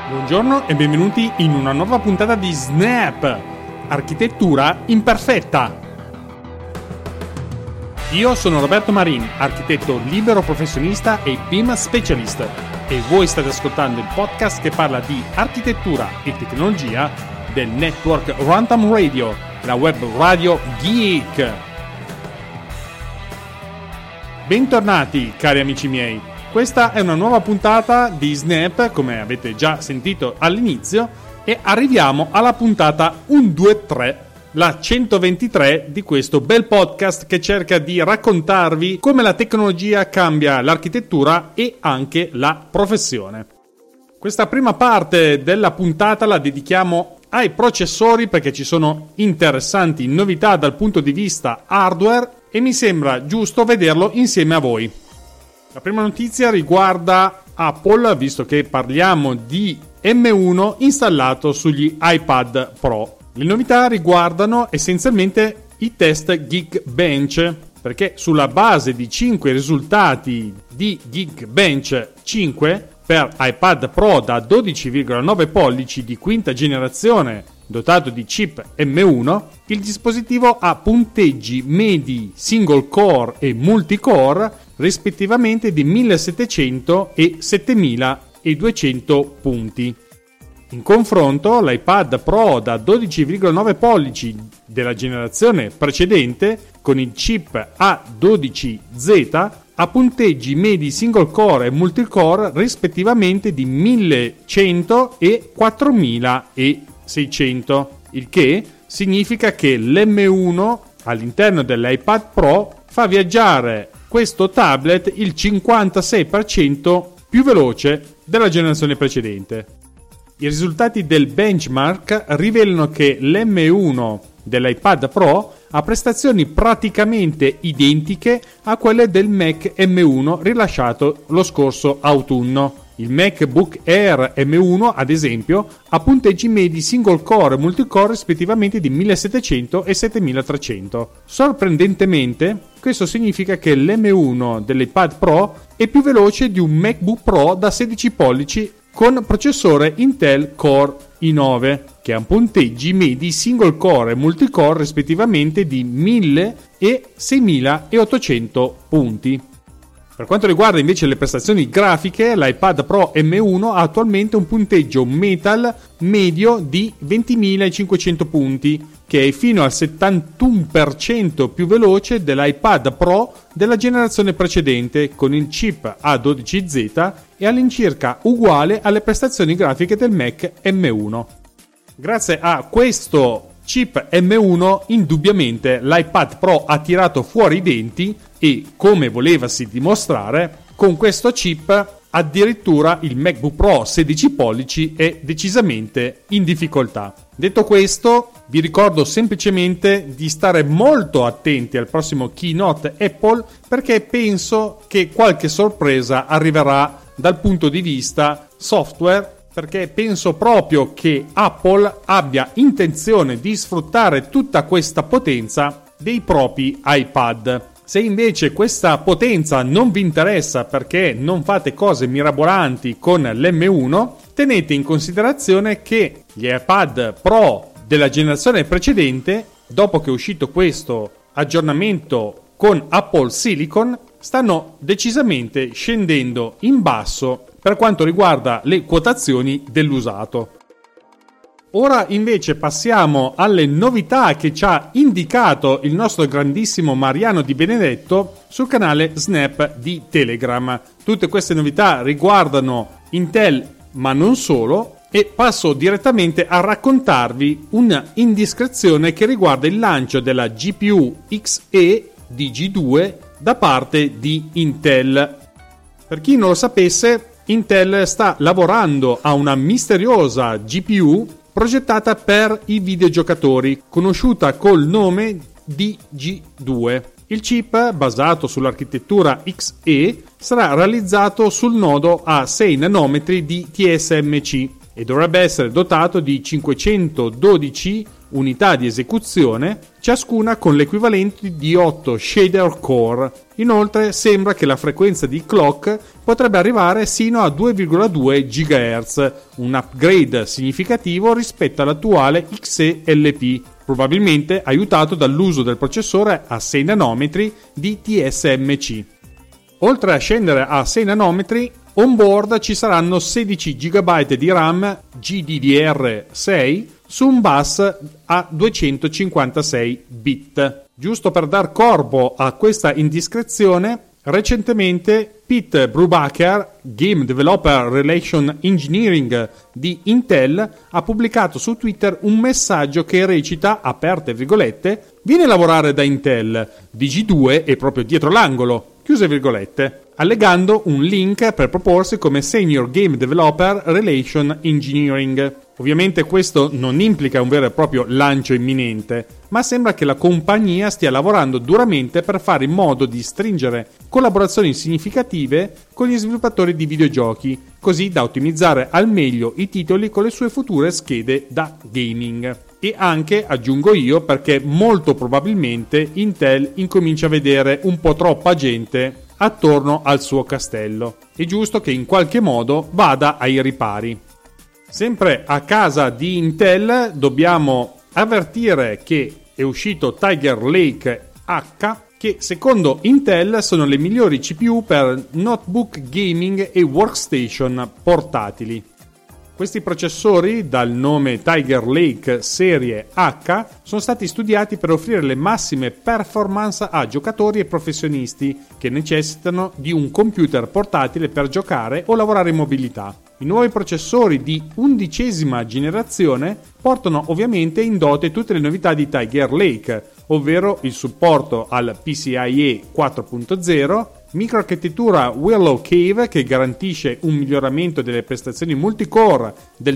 Buongiorno e benvenuti in una nuova puntata di Snap, architettura imperfetta. Io sono Roberto Marin, architetto libero professionista e BIM specialist, e voi state ascoltando il podcast che parla di architettura e tecnologia del network Runtime Radio, la web radio geek. Bentornati cari amici miei. Questa è una nuova puntata di Snap, come avete già sentito all'inizio, e arriviamo alla puntata 123, la 123 di questo bel podcast che cerca di raccontarvi come la tecnologia cambia l'architettura e anche la professione. Questa prima parte della puntata la dedichiamo ai processori perché ci sono interessanti novità dal punto di vista hardware e mi sembra giusto vederlo insieme a voi. La prima notizia riguarda Apple, visto che parliamo di M1 installato sugli iPad Pro. Le novità riguardano essenzialmente i test Geekbench, perché sulla base di 5 risultati di Geekbench 5 per iPad Pro da 12,9 pollici di quinta generazione dotato di chip M1, il dispositivo ha punteggi medi single core e multicore rispettivamente di 1700 e 7200 punti. In confronto, l'iPad Pro da 12,9 pollici della generazione precedente con il chip A12Z ha punteggi medi single core e multicore rispettivamente di 1100 e 4600, il che significa che l'M1 all'interno dell'iPad Pro fa viaggiare questo tablet il 56% più veloce della generazione precedente. I risultati del benchmark rivelano che l'M1 dell'iPad Pro ha prestazioni praticamente identiche a quelle del Mac M1 rilasciato lo scorso autunno. Il MacBook Air M1, ad esempio, ha punteggi medi single core e multicore rispettivamente di 1700 e 7300. Sorprendentemente, questo significa che l'M1 dell'iPad Pro è più veloce di un MacBook Pro da 16 pollici con processore Intel Core i9, che ha punteggi medi single core e multicore rispettivamente di 1000 e 6800 punti. Per quanto riguarda invece le prestazioni grafiche, l'iPad Pro M1 ha attualmente un punteggio Metal medio di 20.500 punti, che è fino al 71% più veloce dell'iPad Pro della generazione precedente con il chip A12Z e all'incirca uguale alle prestazioni grafiche del Mac M1. Grazie a questo chip M1 indubbiamente l'iPad Pro ha tirato fuori i denti e, come volevasi dimostrare, con questo chip addirittura il MacBook Pro 16 pollici è decisamente in difficoltà. Detto questo, vi ricordo semplicemente di stare molto attenti al prossimo keynote Apple perché penso che qualche sorpresa arriverà dal punto di vista software, perché penso proprio che Apple abbia intenzione di sfruttare tutta questa potenza dei propri iPad. Se invece questa potenza non vi interessa perché non fate cose mirabolanti con l'M1, tenete in considerazione che gli iPad Pro della generazione precedente, dopo che è uscito questo aggiornamento con Apple Silicon, stanno decisamente scendendo in basso per quanto riguarda le quotazioni dell'usato. Ora invece passiamo alle novità che ci ha indicato il nostro grandissimo Mariano Di Benedetto sul canale Snap di Telegram. Tutte queste novità riguardano Intel, ma non solo, e passo direttamente a raccontarvi una indiscrezione che riguarda il lancio della GPU XE DG2 da parte di Intel. Per chi non lo sapesse, Intel sta lavorando a una misteriosa GPU progettata per i videogiocatori, conosciuta col nome DG2. Il chip, basato sull'architettura XE, sarà realizzato sul nodo a 6 nanometri di TSMC e dovrebbe essere dotato di 512 unità di esecuzione, ciascuna con l'equivalente di 8 shader core. Inoltre sembra che la frequenza di clock potrebbe arrivare sino a 2,2 GHz, un upgrade significativo rispetto all'attuale XeLP, probabilmente aiutato dall'uso del processore a 6 nanometri di TSMC. Oltre a scendere a 6 nanometri, on board ci saranno 16 GB di RAM GDDR6 su un bus a 256 bit. Giusto per dar corpo a questa indiscrezione, recentemente Pete Brubaker, Game Developer Relation Engineering di Intel, ha pubblicato su Twitter un messaggio che recita, aperte virgolette, "Vieni a lavorare da Intel, DG2 è proprio dietro l'angolo", chiuse virgolette, allegando un link per proporsi come Senior Game Developer Relation Engineering. Ovviamente questo non implica un vero e proprio lancio imminente, ma sembra che la compagnia stia lavorando duramente per fare in modo di stringere collaborazioni significative con gli sviluppatori di videogiochi, così da ottimizzare al meglio i titoli con le sue future schede da gaming. E anche, aggiungo io, perché molto probabilmente Intel incomincia a vedere un po' troppa gente attorno al suo castello. È giusto che in qualche modo vada ai ripari. Sempre a casa di Intel dobbiamo avvertire che è uscito Tiger Lake H, che secondo Intel sono le migliori CPU per notebook gaming e workstation portatili. Questi processori, dal nome Tiger Lake Serie H, sono stati studiati per offrire le massime performance a giocatori e professionisti che necessitano di un computer portatile per giocare o lavorare in mobilità. I nuovi processori di 11ª generazione portano ovviamente in dote tutte le novità di Tiger Lake, ovvero il supporto al PCIe 4.0, microarchitettura Willow Cave che garantisce un miglioramento delle prestazioni multicore del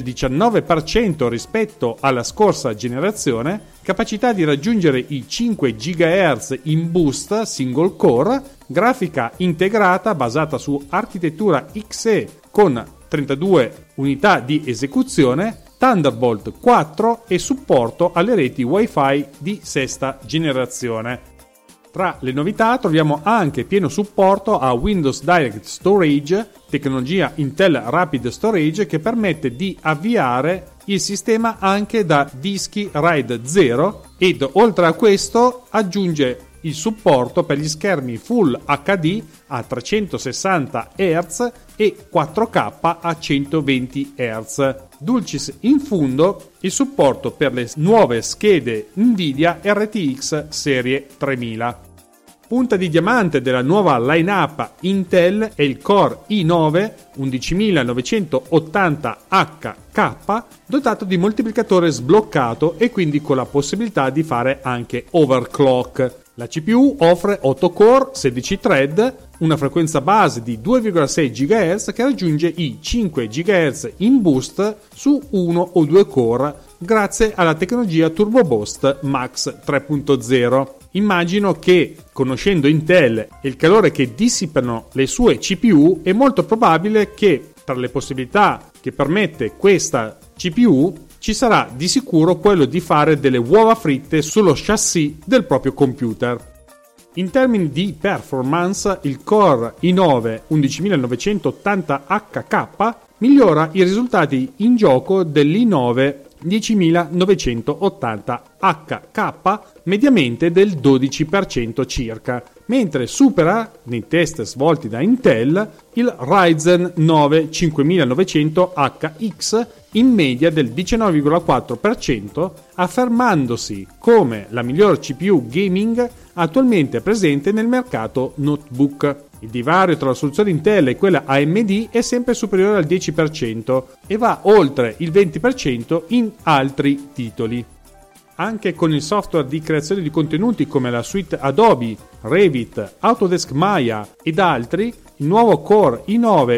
19% rispetto alla scorsa generazione, capacità di raggiungere i 5 GHz in boost single core, grafica integrata basata su architettura Xe con 32 unità di esecuzione, Thunderbolt 4 e supporto alle reti Wi-Fi di sesta generazione. Tra le novità troviamo anche pieno supporto a Windows Direct Storage, tecnologia Intel Rapid Storage che permette di avviare il sistema anche da dischi RAID 0 ed oltre a questo aggiunge il supporto per gli schermi Full HD a 360 Hz e 4K a 120 Hz. Dulcis in fundo il supporto per le nuove schede Nvidia RTX serie 3000. Punta di diamante della nuova line-up Intel è il Core i9 11980HK dotato di moltiplicatore sbloccato e quindi con la possibilità di fare anche overclock. La CPU offre 8 core, 16 thread, una frequenza base di 2,6 GHz che raggiunge i 5 GHz in boost su 1 o 2 core grazie alla tecnologia Turbo Boost Max 3.0. Immagino che, conoscendo Intel e il calore che dissipano le sue CPU, è molto probabile che tra le possibilità che permette questa CPU ci sarà di sicuro quello di fare delle uova fritte sullo chassis del proprio computer. In termini di performance, il Core i9 11980HK migliora i risultati in gioco dell'i9 10980HK mediamente del 12% circa, mentre supera, nei test svolti da Intel, il Ryzen 9 5900HX in media del 19,4%, affermandosi come la miglior CPU gaming attualmente presente nel mercato notebook. Il divario tra la soluzione Intel e quella AMD è sempre superiore al 10% e va oltre il 20% in altri titoli. Anche con il software di creazione di contenuti come la suite Adobe, Revit, Autodesk Maya ed altri, il nuovo Core i9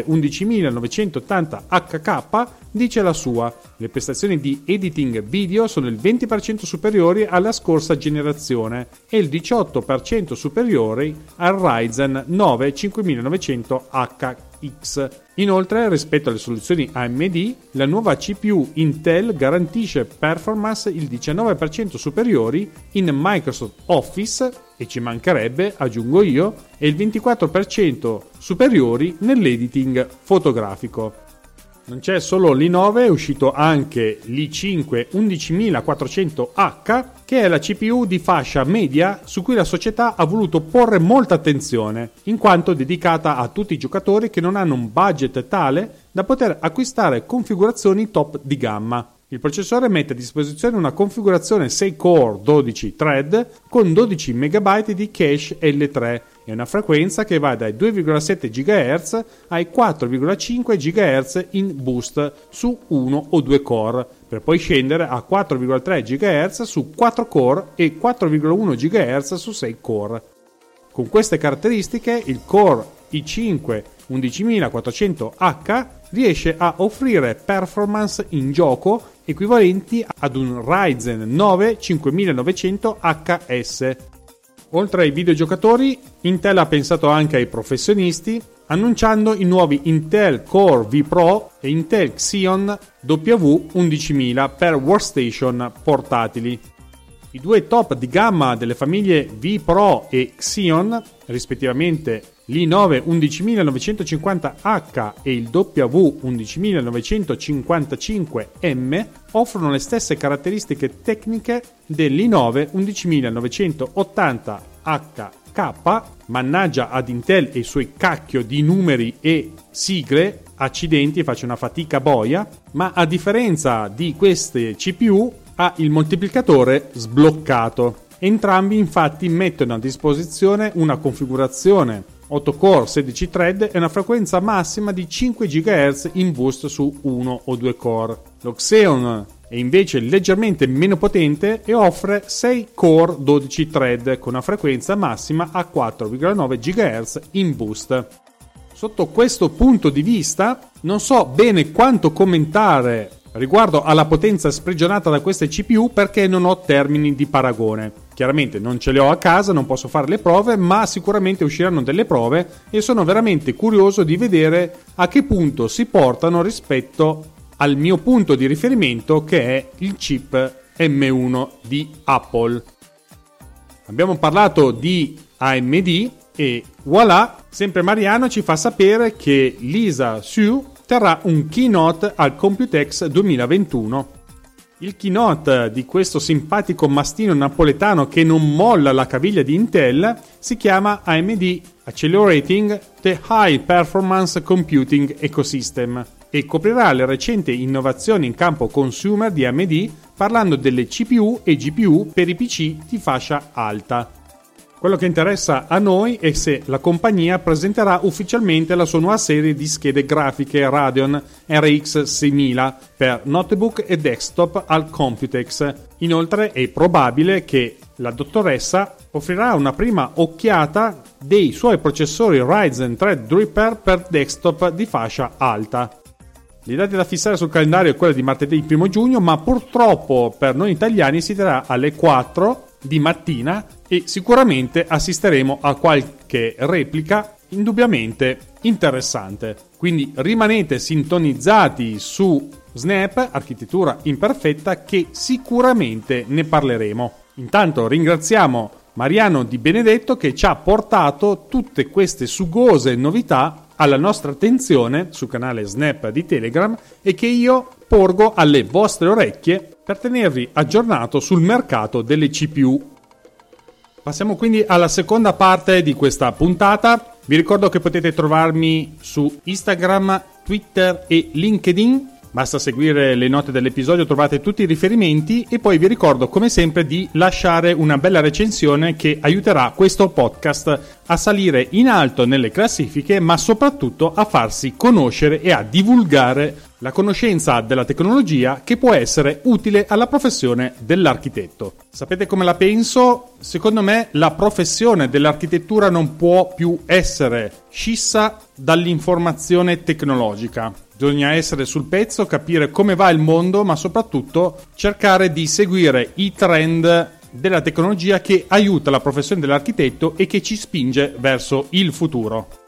11980HK dice la sua. Le prestazioni di editing video sono il 20% superiori alla scorsa generazione e il 18% superiori al Ryzen 9 5900HK. X. Inoltre, rispetto alle soluzioni AMD, la nuova CPU Intel garantisce performance il 19% superiori in Microsoft Office, e ci mancherebbe, aggiungo io, e il 24% superiori nell'editing fotografico. Non c'è solo l'i9, è uscito anche l'i5 11400H, che è la CPU di fascia media su cui la società ha voluto porre molta attenzione, in quanto dedicata a tutti i giocatori che non hanno un budget tale da poter acquistare configurazioni top di gamma. Il processore mette a disposizione una configurazione 6 core 12 thread con 12 MB di cache L3 e una frequenza che va dai 2,7 GHz ai 4,5 GHz in boost su 1 o 2 core, per poi scendere a 4,3 GHz su 4 core e 4,1 GHz su 6 core. Con queste caratteristiche il Core i5 11400H riesce a offrire performance in gioco equivalenti ad un Ryzen 9 5900HS. Oltre ai videogiocatori, Intel ha pensato anche ai professionisti, annunciando i nuovi Intel Core V Pro e Intel Xeon W11000 per workstation portatili. I due top di gamma delle famiglie V Pro e Xeon, rispettivamente l'i9 11950H e il W11955M, offrono le stesse caratteristiche tecniche dell'i9 11980HK, mannaggia ad Intel e i suoi cacchio di numeri e sigle, accidenti, faccio una fatica boia, ma a differenza di queste CPU ha il moltiplicatore sbloccato. Entrambi infatti mettono a disposizione una configurazione 8 core 16 thread e una frequenza massima di 5 GHz in boost su 1 o 2 core. Lo Xeon è invece leggermente meno potente e offre 6 core 12 thread con una frequenza massima a 4,9 GHz in boost. Sotto questo punto di vista non so bene quanto commentare riguardo alla potenza sprigionata da queste CPU perché non ho termini di paragone. Chiaramente non ce le ho a casa, non posso fare le prove, ma sicuramente usciranno delle prove e sono veramente curioso di vedere a che punto si portano rispetto al mio punto di riferimento, che è il chip M1 di Apple. Abbiamo parlato di AMD e voilà, sempre Mariano ci fa sapere che Lisa Su terrà un keynote al Computex 2021. Il keynote di questo simpatico mastino napoletano che non molla la caviglia di Intel si chiama AMD Accelerating the High Performance Computing Ecosystem e coprirà le recenti innovazioni in campo consumer di AMD parlando delle CPU e GPU per i PC di fascia alta. Quello che interessa a noi è se la compagnia presenterà ufficialmente la sua nuova serie di schede grafiche Radeon RX 6000 per notebook e desktop al Computex. Inoltre è probabile che la dottoressa offrirà una prima occhiata dei suoi processori Ryzen Threadripper per desktop di fascia alta. Le date da fissare sul calendario è quella di martedì 1 giugno, ma purtroppo per noi italiani si terrà alle 4 di mattina e sicuramente assisteremo a qualche replica indubbiamente interessante. Quindi rimanete sintonizzati su Snap, architettura imperfetta, che sicuramente ne parleremo. Intanto ringraziamo Mariano Di Benedetto che ci ha portato tutte queste sugose novità alla nostra attenzione sul canale Snap di Telegram e che io porgo alle vostre orecchie per tenervi aggiornato sul mercato delle CPU. Passiamo quindi alla seconda parte di questa puntata. Vi ricordo che potete trovarmi su Instagram, Twitter e LinkedIn. Basta seguire le note dell'episodio, trovate tutti i riferimenti e poi vi ricordo come sempre di lasciare una bella recensione che aiuterà questo podcast a salire in alto nelle classifiche, ma soprattutto a farsi conoscere e a divulgare la conoscenza della tecnologia che può essere utile alla professione dell'architetto. Sapete come la penso? Secondo me la professione dell'architettura non può più essere scissa dall'informazione tecnologica. Bisogna essere sul pezzo, capire come va il mondo, ma soprattutto cercare di seguire i trend della tecnologia che aiuta la professione dell'architetto e che ci spinge verso il futuro.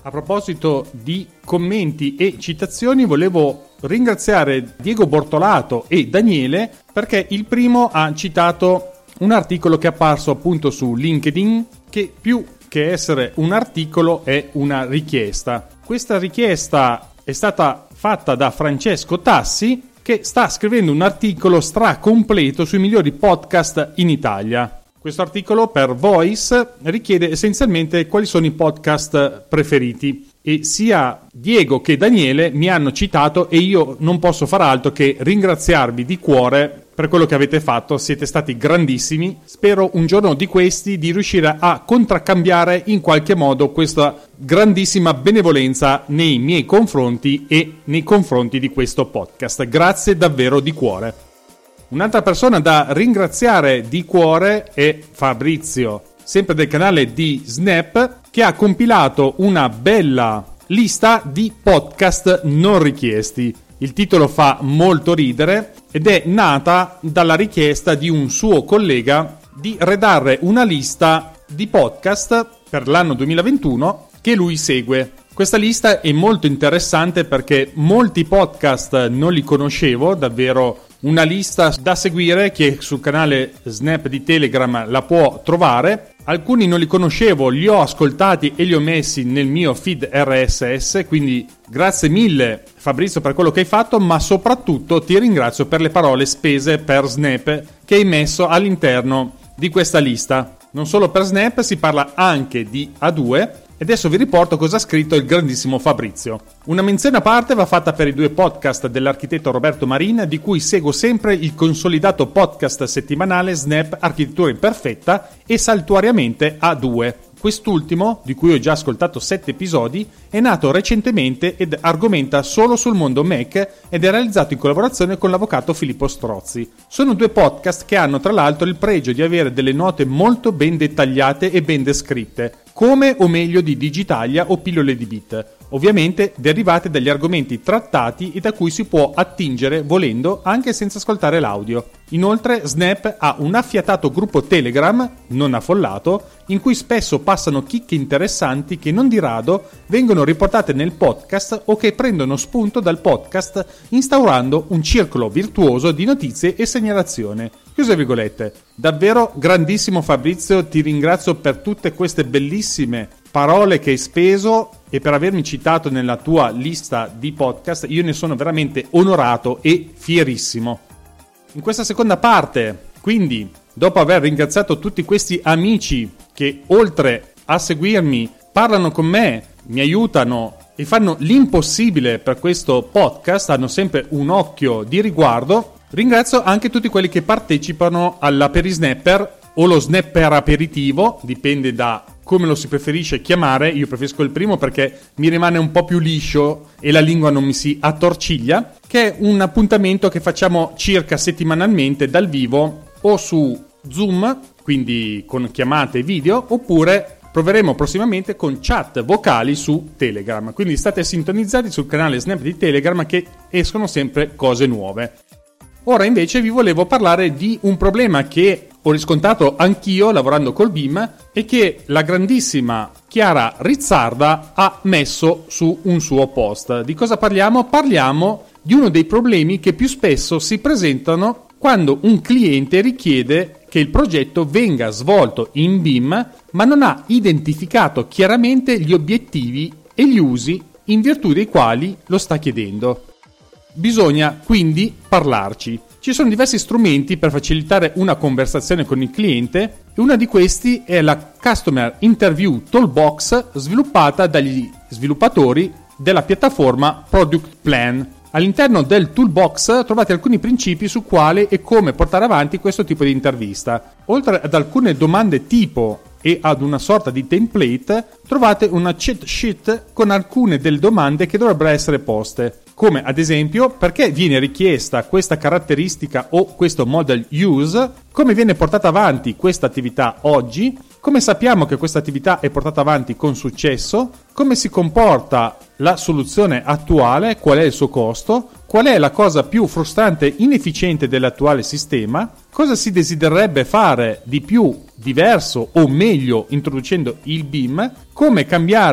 A proposito di commenti e citazioni, volevo ringraziare Diego Bortolato e Daniele perché il primo ha citato un articolo che è apparso appunto su LinkedIn, che più che essere un articolo è una richiesta. Questa richiesta è stata fatta da Francesco Tassi, che sta scrivendo un articolo stracompleto sui migliori podcast in Italia. Questo articolo per Voice richiede essenzialmente quali sono i podcast preferiti e sia Diego che Daniele mi hanno citato e io non posso far altro che ringraziarvi di cuore per quello che avete fatto. Siete stati grandissimi. Spero un giorno di questi di riuscire a contraccambiare in qualche modo questa grandissima benevolenza nei miei confronti e nei confronti di questo podcast. Grazie davvero di cuore. Un'altra persona da ringraziare di cuore è Fabrizio, sempre del canale di Snap, che ha compilato una bella lista di podcast non richiesti. Il titolo fa molto ridere ed è nata dalla richiesta di un suo collega di redarre una lista di podcast per l'anno 2021 che lui segue. Questa lista è molto interessante perché molti podcast non li conoscevo, davvero una lista da seguire che sul canale Snap di Telegram la può trovare. Alcuni non li conoscevo, li ho ascoltati e li ho messi nel mio feed RSS, quindi grazie mille Fabrizio per quello che hai fatto, ma soprattutto ti ringrazio per le parole spese per Snap che hai messo all'interno di questa lista. Non solo per Snap, si parla anche di A2. E adesso vi riporto cosa ha scritto il grandissimo Fabrizio. Una menzione a parte va fatta per i 2 podcast dell'architetto Roberto Marin, di cui seguo sempre il consolidato podcast settimanale Snap Architettura Imperfetta e saltuariamente A2. Quest'ultimo, di cui ho già ascoltato 7 episodi, è nato recentemente ed argomenta solo sul mondo Mac ed è realizzato in collaborazione con l'avvocato Filippo Strozzi. Sono 2 podcast che hanno tra l'altro il pregio di avere delle note molto ben dettagliate e ben descritte, come o meglio di Digitalia o Pillole di Bit, ovviamente derivate dagli argomenti trattati e da cui si può attingere volendo anche senza ascoltare l'audio. Inoltre Snap ha un affiatato gruppo Telegram, non affollato, in cui spesso passano chicche interessanti che non di rado vengono riportate nel podcast o che prendono spunto dal podcast instaurando un circolo virtuoso di notizie e segnalazione. Chiuse virgolette. Davvero grandissimo Fabrizio, ti ringrazio per tutte queste bellissime parole che hai speso e per avermi citato nella tua lista di podcast. Io ne sono veramente onorato e fierissimo. In questa seconda parte, quindi, dopo aver ringraziato tutti questi amici che oltre a seguirmi parlano con me, mi aiutano e fanno l'impossibile per questo podcast, hanno sempre un occhio di riguardo, ringrazio anche tutti quelli che partecipano all'Aperisnapper o lo snapper aperitivo, dipende da come lo si preferisce chiamare. Io preferisco il primo perché mi rimane un po' più liscio e la lingua non mi si attorciglia, che è un appuntamento che facciamo circa settimanalmente dal vivo o su Zoom, quindi con chiamate e video, oppure proveremo prossimamente con chat vocali su Telegram. Quindi state sintonizzati sul canale Snap di Telegram che escono sempre cose nuove. Ora invece vi volevo parlare di un problema che ho riscontrato anch'io lavorando col BIM e che la grandissima Chiara Rizzarda ha messo su un suo post. Di cosa parliamo? Parliamo di uno dei problemi che più spesso si presentano quando un cliente richiede che il progetto venga svolto in BIM ma non ha identificato chiaramente gli obiettivi e gli usi in virtù dei quali lo sta chiedendo. Bisogna quindi parlarci. Ci sono diversi strumenti per facilitare una conversazione con il cliente e uno di questi è la Customer Interview Toolbox sviluppata dagli sviluppatori della piattaforma Product Plan. All'interno del toolbox trovate alcuni principi su quale e come portare avanti questo tipo di intervista. Oltre ad alcune domande tipo e ad una sorta di template, trovate una cheat sheet con alcune delle domande che dovrebbero essere poste, come ad esempio perché viene richiesta questa caratteristica o questo model use, come viene portata avanti questa attività oggi, come sappiamo che questa attività è portata avanti con successo, come si comporta la soluzione attuale, qual è il suo costo, qual è la cosa più frustrante e inefficiente dell'attuale sistema, cosa si desidererebbe fare di più, diverso o meglio introducendo il BIM, come cambiare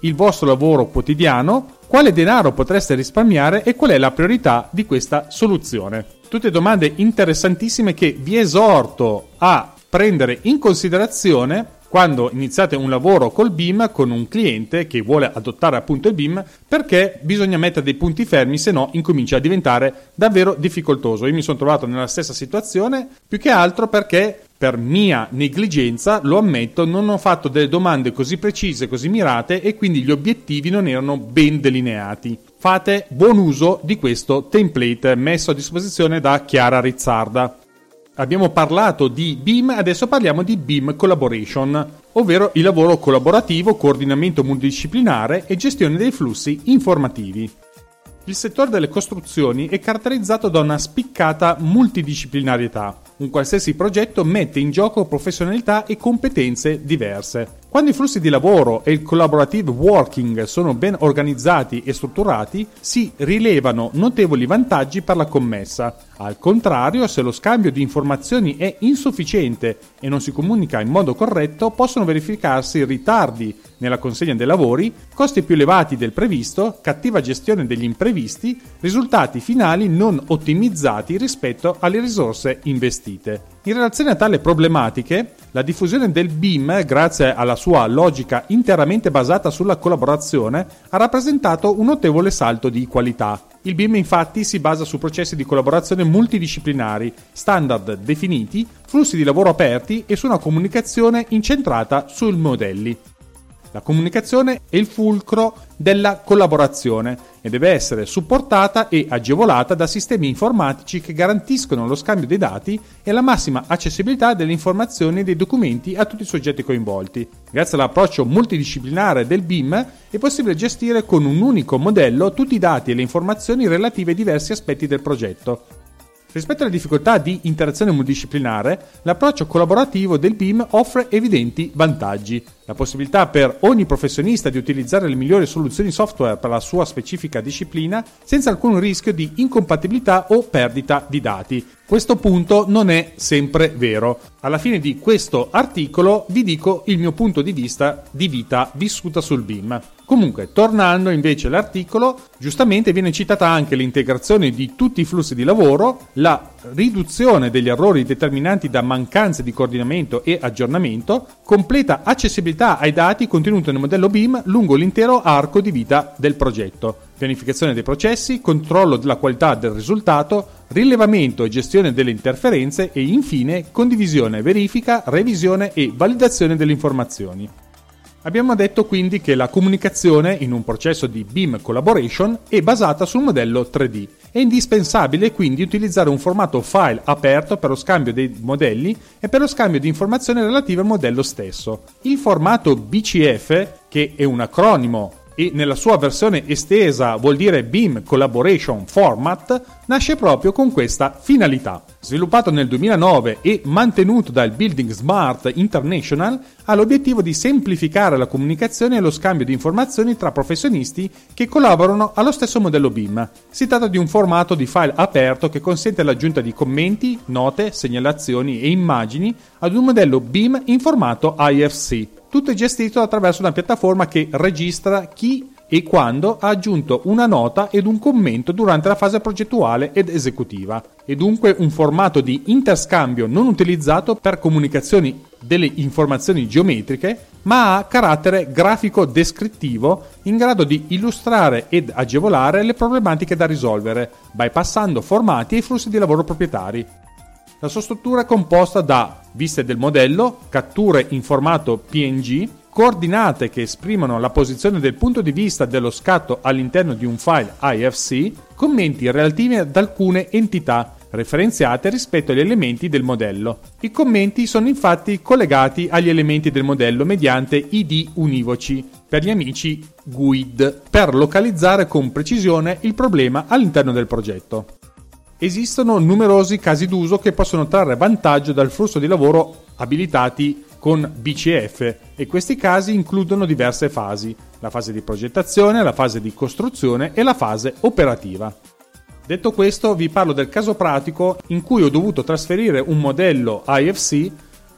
il vostro lavoro quotidiano, quale denaro potreste risparmiare e qual è la priorità di questa soluzione. Tutte domande interessantissime che vi esorto a prendere in considerazione quando iniziate un lavoro col BIM con un cliente che vuole adottare appunto il BIM, perché bisogna mettere dei punti fermi, se no incomincia a diventare davvero difficoltoso. Io mi sono trovato nella stessa situazione, più che altro perché per mia negligenza, lo ammetto, non ho fatto delle domande così precise, così mirate e quindi gli obiettivi non erano ben delineati. Fate buon uso di questo template messo a disposizione da Chiara Rizzarda. Abbiamo parlato di BIM, adesso parliamo di BIM Collaboration, ovvero il lavoro collaborativo, coordinamento multidisciplinare e gestione dei flussi informativi. Il settore delle costruzioni è caratterizzato da una spiccata multidisciplinarietà. Un qualsiasi progetto mette in gioco professionalità e competenze diverse. Quando i flussi di lavoro e il collaborative working sono ben organizzati e strutturati, si rilevano notevoli vantaggi per la commessa. Al contrario, se lo scambio di informazioni è insufficiente e non si comunica in modo corretto, possono verificarsi ritardi nella consegna dei lavori, costi più elevati del previsto, cattiva gestione degli imprevisti, risultati finali non ottimizzati rispetto alle risorse investite. In relazione a tali problematiche, la diffusione del BIM, grazie alla sua logica interamente basata sulla collaborazione, ha rappresentato un notevole salto di qualità. Il BIM infatti si basa su processi di collaborazione multidisciplinari, standard definiti, flussi di lavoro aperti e su una comunicazione incentrata sui modelli. La comunicazione è il fulcro della collaborazione e deve essere supportata e agevolata da sistemi informatici che garantiscono lo scambio dei dati e la massima accessibilità delle informazioni e dei documenti a tutti i soggetti coinvolti. Grazie all'approccio multidisciplinare del BIM è possibile gestire con un unico modello tutti i dati e le informazioni relative ai diversi aspetti del progetto. Rispetto alle difficoltà di interazione multidisciplinare, l'approccio collaborativo del BIM offre evidenti vantaggi. La possibilità per ogni professionista di utilizzare le migliori soluzioni software per la sua specifica disciplina senza alcun rischio di incompatibilità o perdita di dati. Questo punto non è sempre vero. Alla fine di questo articolo vi dico il mio punto di vista di vita vissuta sul BIM. Comunque, tornando invece all'articolo, giustamente viene citata anche l'integrazione di tutti i flussi di lavoro, la riduzione degli errori determinanti da mancanze di coordinamento e aggiornamento, completa accessibilità ai dati contenuti nel modello BIM lungo l'intero arco di vita del progetto, pianificazione dei processi, controllo della qualità del risultato, rilevamento e gestione delle interferenze e infine condivisione, verifica, revisione e validazione delle informazioni. Abbiamo detto quindi che la comunicazione in un processo di BIM Collaboration è basata sul modello 3D. È indispensabile quindi utilizzare un formato file aperto per lo scambio dei modelli e per lo scambio di informazioni relative al modello stesso. Il formato BCF, che è un acronimo e nella sua versione estesa vuol dire BIM Collaboration Format, nasce proprio con questa finalità. Sviluppato nel 2009 e mantenuto dal Building Smart International, ha l'obiettivo di semplificare la comunicazione e lo scambio di informazioni tra professionisti che collaborano allo stesso modello BIM. Si tratta di un formato di file aperto che consente l'aggiunta di commenti, note, segnalazioni e immagini ad un modello BIM in formato IFC. Tutto è gestito attraverso una piattaforma che registra chi e quando ha aggiunto una nota ed un commento durante la fase progettuale ed esecutiva. È dunque un formato di interscambio non utilizzato per comunicazioni delle informazioni geometriche, ma ha carattere grafico-descrittivo in grado di illustrare ed agevolare le problematiche da risolvere, bypassando formati e flussi di lavoro proprietari. La sua struttura è composta da viste del modello, catture in formato PNG, coordinate che esprimono la posizione del punto di vista dello scatto all'interno di un file IFC, commenti relativi ad alcune entità referenziate rispetto agli elementi del modello. I commenti sono infatti collegati agli elementi del modello mediante ID univoci, per gli amici GUID, per localizzare con precisione il problema all'interno del progetto. Esistono numerosi casi d'uso che possono trarre vantaggio dal flusso di lavoro abilitati con BCF e questi casi includono diverse fasi: la fase di progettazione, la fase di costruzione e la fase operativa. Detto questo, vi parlo del caso pratico in cui ho dovuto trasferire un modello IFC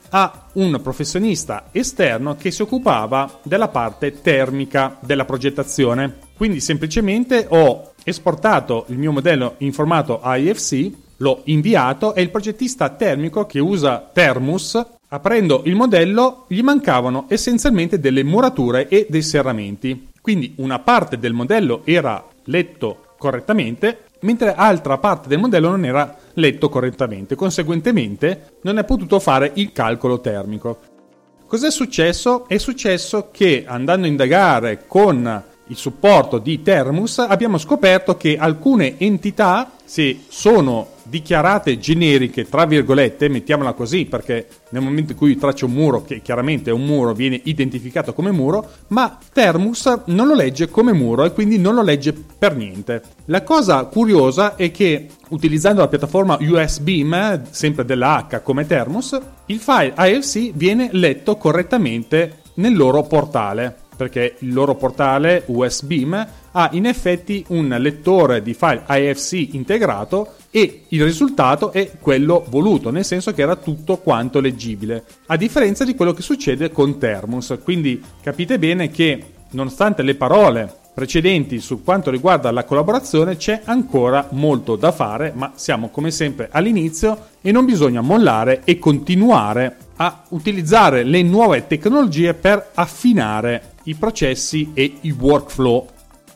a un professionista esterno che si occupava della parte termica della progettazione. Quindi semplicemente ho esportato il mio modello in formato IFC, l'ho inviato e il progettista termico che usa Thermus, aprendo il modello, gli mancavano essenzialmente delle murature e dei serramenti. Quindi una parte del modello era letto correttamente, mentre altra parte del modello non era letto correttamente. Conseguentemente non è potuto fare il calcolo termico. Cos'è successo? È successo che, andando a indagare con il supporto di Thermus, abbiamo scoperto che alcune entità, se sono dichiarate generiche, tra virgolette, mettiamola così, perché nel momento in cui traccio un muro, che chiaramente è un muro, viene identificato come muro, ma Thermus non lo legge come muro e quindi non lo legge per niente. La cosa curiosa è che, utilizzando la piattaforma USBeam, sempre della H come Thermus, il file IFC viene letto correttamente nel loro portale, perché il loro portale USBeam ha in effetti un lettore di file IFC integrato e il risultato è quello voluto, nel senso che era tutto quanto leggibile, a differenza di quello che succede con Thermus. Quindi capite bene che, nonostante le parole precedenti su quanto riguarda la collaborazione, c'è ancora molto da fare, ma siamo come sempre all'inizio e non bisogna mollare e continuare a utilizzare le nuove tecnologie per affinare i processi e i workflow.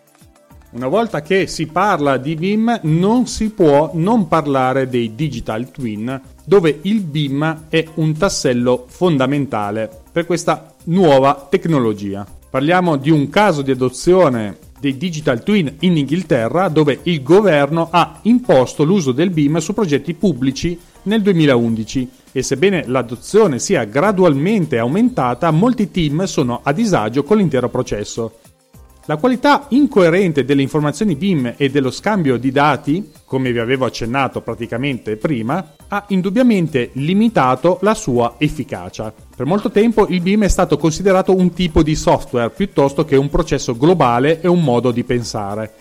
Una volta che si parla di BIM non si può non parlare dei digital twin, dove il BIM è un tassello fondamentale per questa nuova tecnologia. Parliamo di un caso di adozione dei digital twin in Inghilterra, dove il governo ha imposto l'uso del BIM su progetti pubblici nel 2011 e sebbene l'adozione sia gradualmente aumentata, molti team sono a disagio con l'intero processo. La qualità incoerente delle informazioni BIM e dello scambio di dati, come vi avevo accennato praticamente prima, ha indubbiamente limitato la sua efficacia. Per molto tempo il BIM è stato considerato un tipo di software piuttosto che un processo globale e un modo di pensare.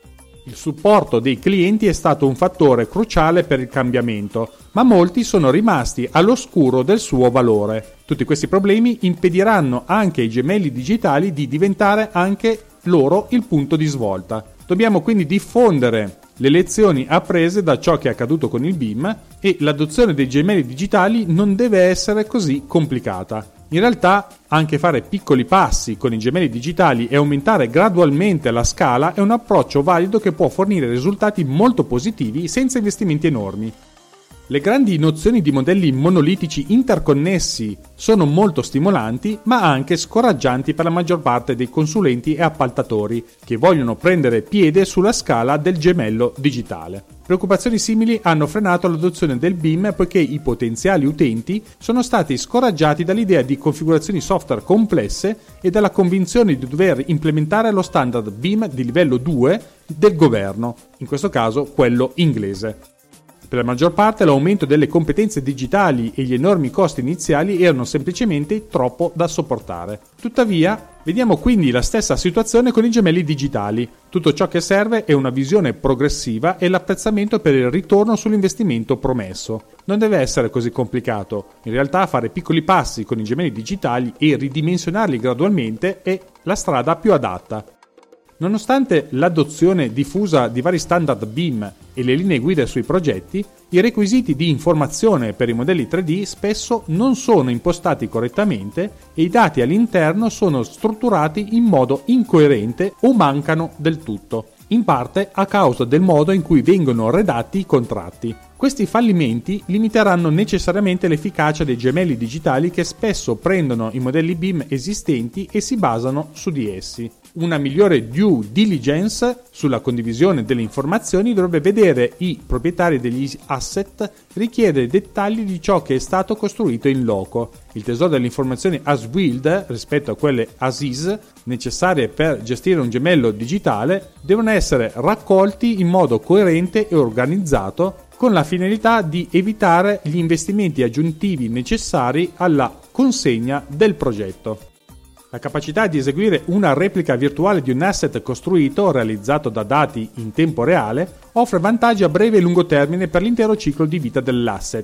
Il supporto dei clienti è stato un fattore cruciale per il cambiamento, ma molti sono rimasti all'oscuro del suo valore. Tutti questi problemi impediranno anche ai gemelli digitali di diventare anche loro il punto di svolta. Dobbiamo quindi diffondere le lezioni apprese da ciò che è accaduto con il BIM e l'adozione dei gemelli digitali non deve essere così complicata. In realtà anche fare piccoli passi con i gemelli digitali e aumentare gradualmente la scala è un approccio valido che può fornire risultati molto positivi senza investimenti enormi. Le grandi nozioni di modelli monolitici interconnessi sono molto stimolanti, ma anche scoraggianti per la maggior parte dei consulenti e appaltatori che vogliono prendere piede sulla scala del gemello digitale. Preoccupazioni simili hanno frenato l'adozione del BIM poiché i potenziali utenti sono stati scoraggiati dall'idea di configurazioni software complesse e dalla convinzione di dover implementare lo standard BIM di livello 2 del governo, in questo caso quello inglese. Per la maggior parte l'aumento delle competenze digitali e gli enormi costi iniziali erano semplicemente troppo da sopportare. Tuttavia, vediamo quindi la stessa situazione con i gemelli digitali. Tutto ciò che serve è una visione progressiva e l'apprezzamento per il ritorno sull'investimento promesso. Non deve essere così complicato. In realtà fare piccoli passi con i gemelli digitali e ridimensionarli gradualmente è la strada più adatta. Nonostante l'adozione diffusa di vari standard BIM e le linee guida sui progetti, i requisiti di informazione per i modelli 3D spesso non sono impostati correttamente e i dati all'interno sono strutturati in modo incoerente o mancano del tutto, in parte a causa del modo in cui vengono redatti i contratti. Questi fallimenti limiteranno necessariamente l'efficacia dei gemelli digitali che spesso prendono i modelli BIM esistenti e si basano su di essi. Una migliore due diligence sulla condivisione delle informazioni dovrebbe vedere i proprietari degli asset richiedere dettagli di ciò che è stato costruito in loco. Il tesoro delle informazioni as-build rispetto a quelle as-is necessarie per gestire un gemello digitale devono essere raccolti in modo coerente e organizzato con la finalità di evitare gli investimenti aggiuntivi necessari alla consegna del progetto. La capacità di eseguire una replica virtuale di un asset costruito, realizzato da dati in tempo reale, offre vantaggi a breve e lungo termine per l'intero ciclo di vita dell'asset.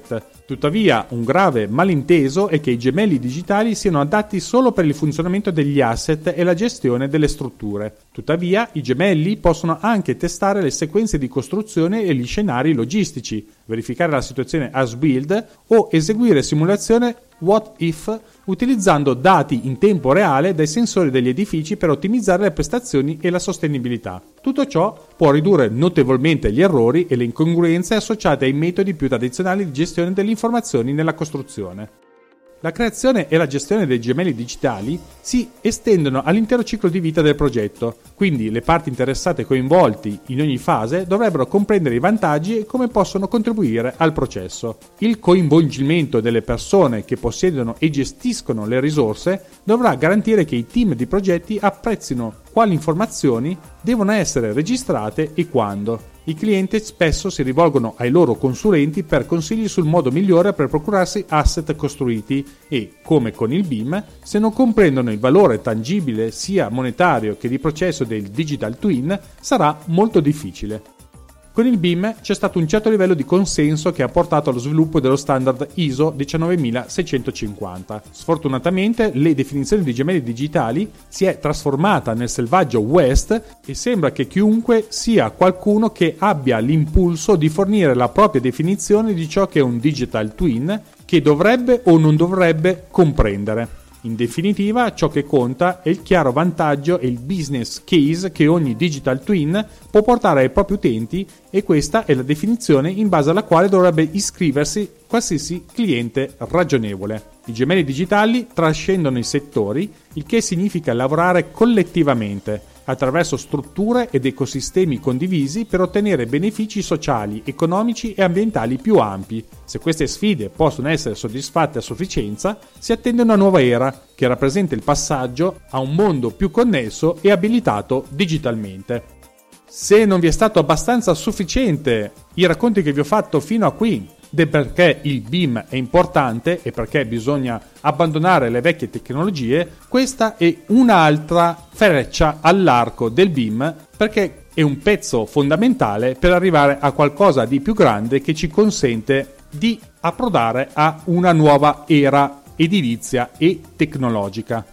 Tuttavia, un grave malinteso è che i gemelli digitali siano adatti solo per il funzionamento degli asset e la gestione delle strutture. Tuttavia, i gemelli possono anche testare le sequenze di costruzione e gli scenari logistici, verificare la situazione as build o eseguire simulazione what if utilizzando dati in tempo reale dai sensori degli edifici per ottimizzare le prestazioni e la sostenibilità. Tutto ciò può ridurre notevolmente gli errori e le incongruenze associate ai metodi più tradizionali di gestione delle informazioni nella costruzione. La creazione e la gestione dei gemelli digitali si estendono all'intero ciclo di vita del progetto, quindi le parti interessate coinvolti in ogni fase dovrebbero comprendere i vantaggi e come possono contribuire al processo. Il coinvolgimento delle persone che possiedono e gestiscono le risorse dovrà garantire che i team di progetti apprezzino quali informazioni devono essere registrate e quando. I clienti spesso si rivolgono ai loro consulenti per consigli sul modo migliore per procurarsi asset costruiti e, come con il BIM, se non comprendono il valore tangibile sia monetario che di processo del Digital Twin, sarà molto difficile. Con il BIM c'è stato un certo livello di consenso che ha portato allo sviluppo dello standard ISO 19650. Sfortunatamente, le definizioni di gemelli digitali si è trasformata nel selvaggio West e sembra che chiunque sia qualcuno che abbia l'impulso di fornire la propria definizione di ciò che è un digital twin che dovrebbe o non dovrebbe comprendere. In definitiva, ciò che conta è il chiaro vantaggio e il business case che ogni digital twin può portare ai propri utenti e questa è la definizione in base alla quale dovrebbe iscriversi qualsiasi cliente ragionevole. I gemelli digitali trascendono i settori, il che significa lavorare collettivamente attraverso strutture ed ecosistemi condivisi per ottenere benefici sociali, economici e ambientali più ampi. Se queste sfide possono essere soddisfatte a sufficienza, si attende una nuova era che rappresenta il passaggio a un mondo più connesso e abilitato digitalmente. Se non vi è stato abbastanza sufficiente i racconti che vi ho fatto fino a qui del perché il BIM è importante e perché bisogna abbandonare le vecchie tecnologie, questa è un'altra freccia all'arco del BIM perché è un pezzo fondamentale per arrivare a qualcosa di più grande che ci consente di approdare a una nuova era edilizia e tecnologica.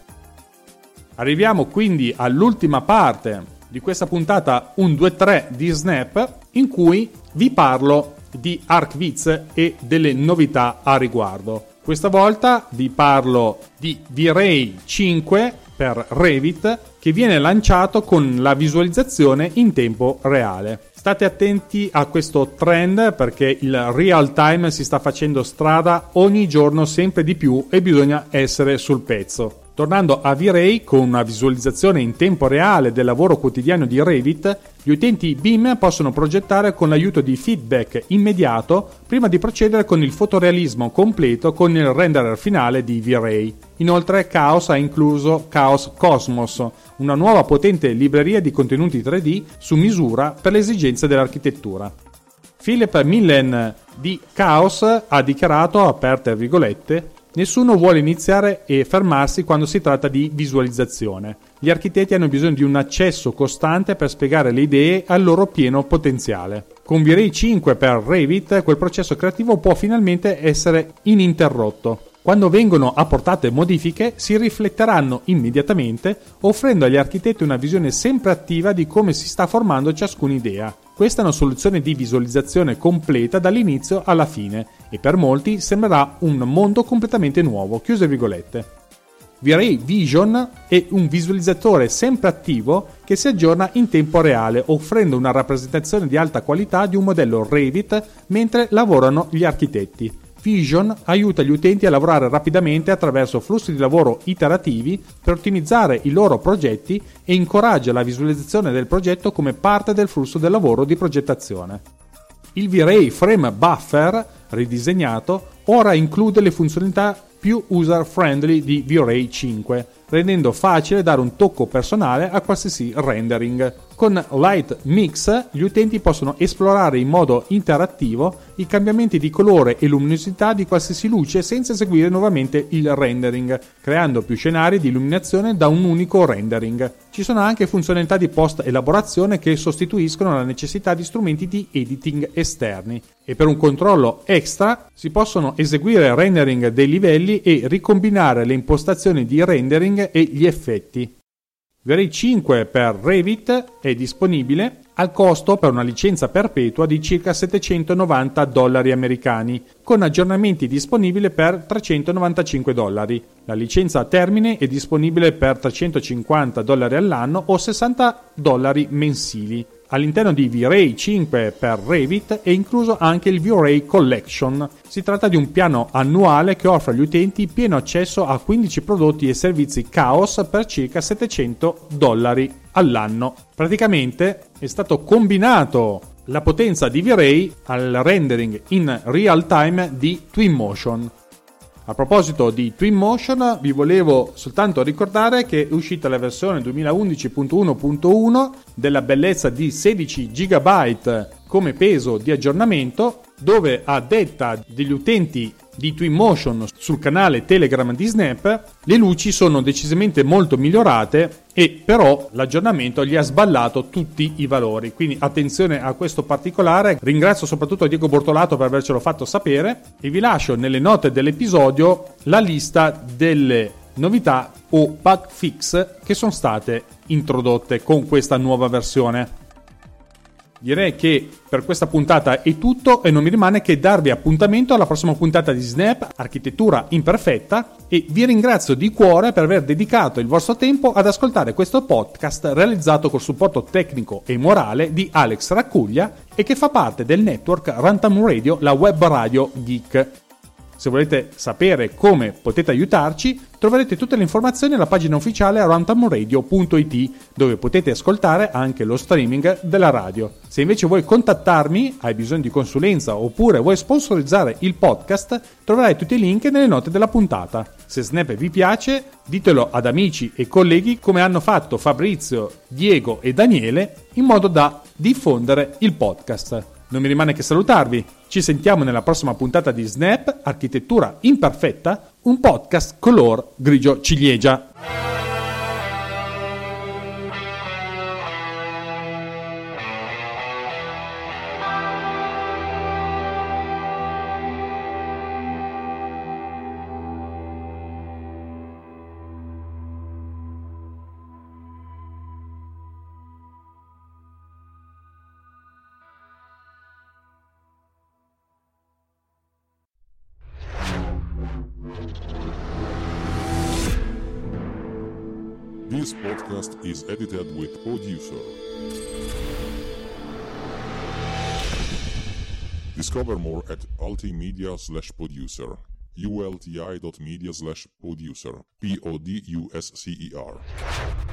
Arriviamo quindi all'ultima parte di questa puntata 1-2-3 di Snap in cui vi parlo di ArcViz e delle novità a riguardo. Questa volta vi parlo di V-Ray 5 per Revit che viene lanciato con la visualizzazione in tempo reale. State attenti a questo trend perché il real time si sta facendo strada ogni giorno sempre di più e bisogna essere sul pezzo. Tornando a V-Ray, con una visualizzazione in tempo reale del lavoro quotidiano di Revit, gli utenti BIM possono progettare con l'aiuto di feedback immediato prima di procedere con il fotorealismo completo con il renderer finale di V-Ray. Inoltre Chaos ha incluso Chaos Cosmos, una nuova potente libreria di contenuti 3D su misura per le esigenze dell'architettura. Philip Millen di Chaos ha dichiarato, aperte virgolette, nessuno vuole iniziare e fermarsi quando si tratta di visualizzazione. Gli architetti hanno bisogno di un accesso costante per spiegare le idee al loro pieno potenziale. Con V-Ray 5 per Revit quel processo creativo può finalmente essere ininterrotto. Quando vengono apportate modifiche si rifletteranno immediatamente, offrendo agli architetti una visione sempre attiva di come si sta formando ciascuna idea. Questa è una soluzione di visualizzazione completa dall'inizio alla fine e per molti sembrerà un mondo completamente nuovo, chiuse virgolette. V-Ray Vision è un visualizzatore sempre attivo che si aggiorna in tempo reale, offrendo una rappresentazione di alta qualità di un modello Revit mentre lavorano gli architetti. Vision aiuta gli utenti a lavorare rapidamente attraverso flussi di lavoro iterativi per ottimizzare i loro progetti e incoraggia la visualizzazione del progetto come parte del flusso del lavoro di progettazione. Il V-Ray Frame Buffer, ridisegnato, ora include le funzionalità più user-friendly di V-Ray 5, rendendo facile dare un tocco personale a qualsiasi rendering. Con Light Mix gli utenti possono esplorare in modo interattivo i cambiamenti di colore e luminosità di qualsiasi luce senza eseguire nuovamente il rendering, creando più scenari di illuminazione da un unico rendering. Ci sono anche funzionalità di post-elaborazione che sostituiscono la necessità di strumenti di editing esterni. E per un controllo extra si possono eseguire rendering dei livelli e ricombinare le impostazioni di rendering e gli effetti. V-Ray 5 per Revit è disponibile al costo per una licenza perpetua di circa $790 americani, con aggiornamenti disponibili per $395. La licenza a termine è disponibile per $350 all'anno o $60 mensili. All'interno di V-Ray 5 per Revit è incluso anche il V-Ray Collection. Si tratta di un piano annuale che offre agli utenti pieno accesso a 15 prodotti e servizi Chaos per circa $700 all'anno. Praticamente è stato combinato la potenza di V-Ray al rendering in real time di Twinmotion. A proposito di Twinmotion, vi volevo soltanto ricordare che è uscita la versione 2011.1.1 della bellezza di 16 GB come peso di aggiornamento, dove a detta degli utenti di Twinmotion sul canale Telegram di Snap, le luci sono decisamente molto migliorate e però l'aggiornamento gli ha sballato tutti i valori, quindi attenzione a questo particolare. Ringrazio soprattutto Diego Bortolato per avercelo fatto sapere e vi lascio nelle note dell'episodio la lista delle novità o bug fix che sono state introdotte con questa nuova versione. Direi che per questa puntata è tutto e non mi rimane che darvi appuntamento alla prossima puntata di Snap Architettura Imperfetta e vi ringrazio di cuore per aver dedicato il vostro tempo ad ascoltare questo podcast realizzato col supporto tecnico e morale di Alex Raccuglia e che fa parte del network Runtime Radio, la web radio geek. Se volete sapere come potete aiutarci, troverete tutte le informazioni alla pagina ufficiale runtimeradio.it, dove potete ascoltare anche lo streaming della radio. Se invece vuoi contattarmi, hai bisogno di consulenza oppure vuoi sponsorizzare il podcast, troverai tutti i link nelle note della puntata. Se Snap vi piace, ditelo ad amici e colleghi come hanno fatto Fabrizio, Diego e Daniele, in modo da diffondere il podcast. Non mi rimane che salutarvi. Ci sentiamo nella prossima puntata di Snap Architettura Imperfetta, un podcast color grigio ciliegia. This podcast is edited with Producer. Discover more at ultimedia/producer. ulti.media/producer. PODUSCER.